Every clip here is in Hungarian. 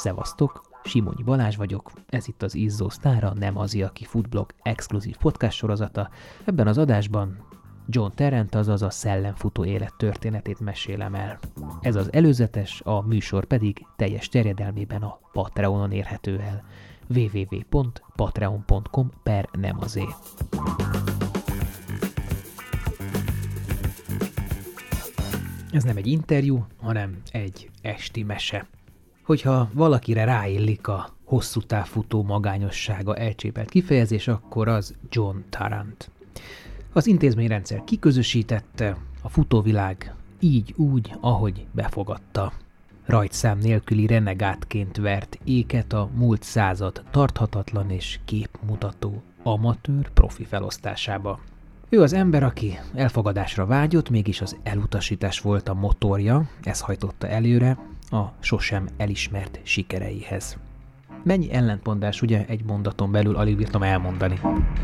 Szevasztok, Simonyi Balázs vagyok, ez itt az Izzó Sztára, nem az, aki Foodblog exkluzív podcast sorozata. Ebben az adásban John Tarrant, azaz a szellemfutó élettörténetét mesélem el. Ez az előzetes, a műsor pedig teljes terjedelmében a Patreonon érhető el. www.patreon.com/nemazé. Ez nem egy interjú, hanem egy esti mese. Hogyha valakire ráillik a hosszú távfutó magányossága elcsépelt kifejezés, akkor az John Tarrant. Az intézményrendszer kiközösítette, a futóvilág így úgy, ahogy befogadta. Rajtszám nélküli renegátként vert éket a múlt század tarthatatlan és képmutató amatőr profi felosztásába. Ő az ember, aki elfogadásra vágyott, mégis az elutasítás volt a motorja, ez hajtotta előre a sosem elismert sikereihez. Mennyi ellentmondás, ugye egy mondaton belül alig bírtam elmondani.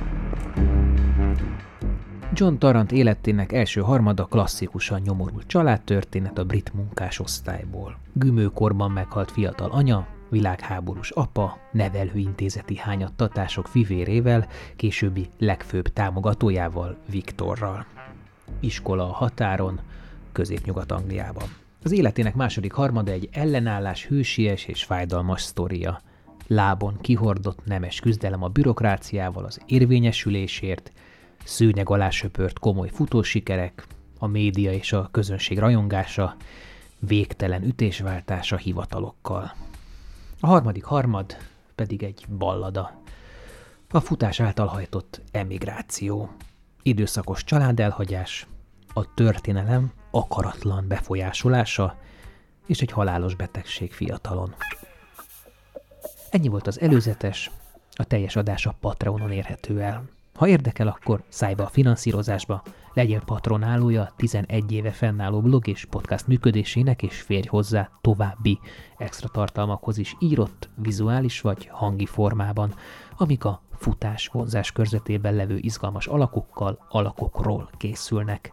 John Tarrant életének első harmada klasszikusan nyomorult családtörténet a brit munkásosztályból. Gümőkorban meghalt fiatal anya, világháborús apa, nevelőintézeti hányattatások fivérével, későbbi legfőbb támogatójával, Viktorral. Iskola a határon, Középnyugat-Angliában. Az életének második harmada egy ellenállás hősies és fájdalmas sztoria. Lábon kihordott nemes küzdelem a bürokráciával az érvényesülésért, szőnyeg alá söpört komoly futósikerek, a média és a közönség rajongása, végtelen ütésváltása hivatalokkal. A harmadik harmad pedig egy ballada. A futás által hajtott emigráció, időszakos családelhagyás, a történelem akaratlan befolyásolása és egy halálos betegség fiatalon. Ennyi volt az előzetes, a teljes adás a Patreonon érhető el. Ha érdekel, akkor szállj be a finanszírozásba, legyél patronálója 11 éve fennálló blog és podcast működésének, és férj hozzá további extra tartalmakhoz is írott, vizuális vagy hangi formában, amik a futás vonzás körzetében levő izgalmas alakokról készülnek.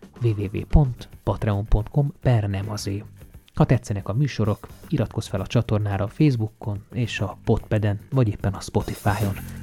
www.patreon.com/nemazé. Ha tetszenek a műsorok, iratkozz fel a csatornára a Facebookon és a Podpeden, vagy éppen a Spotify-on.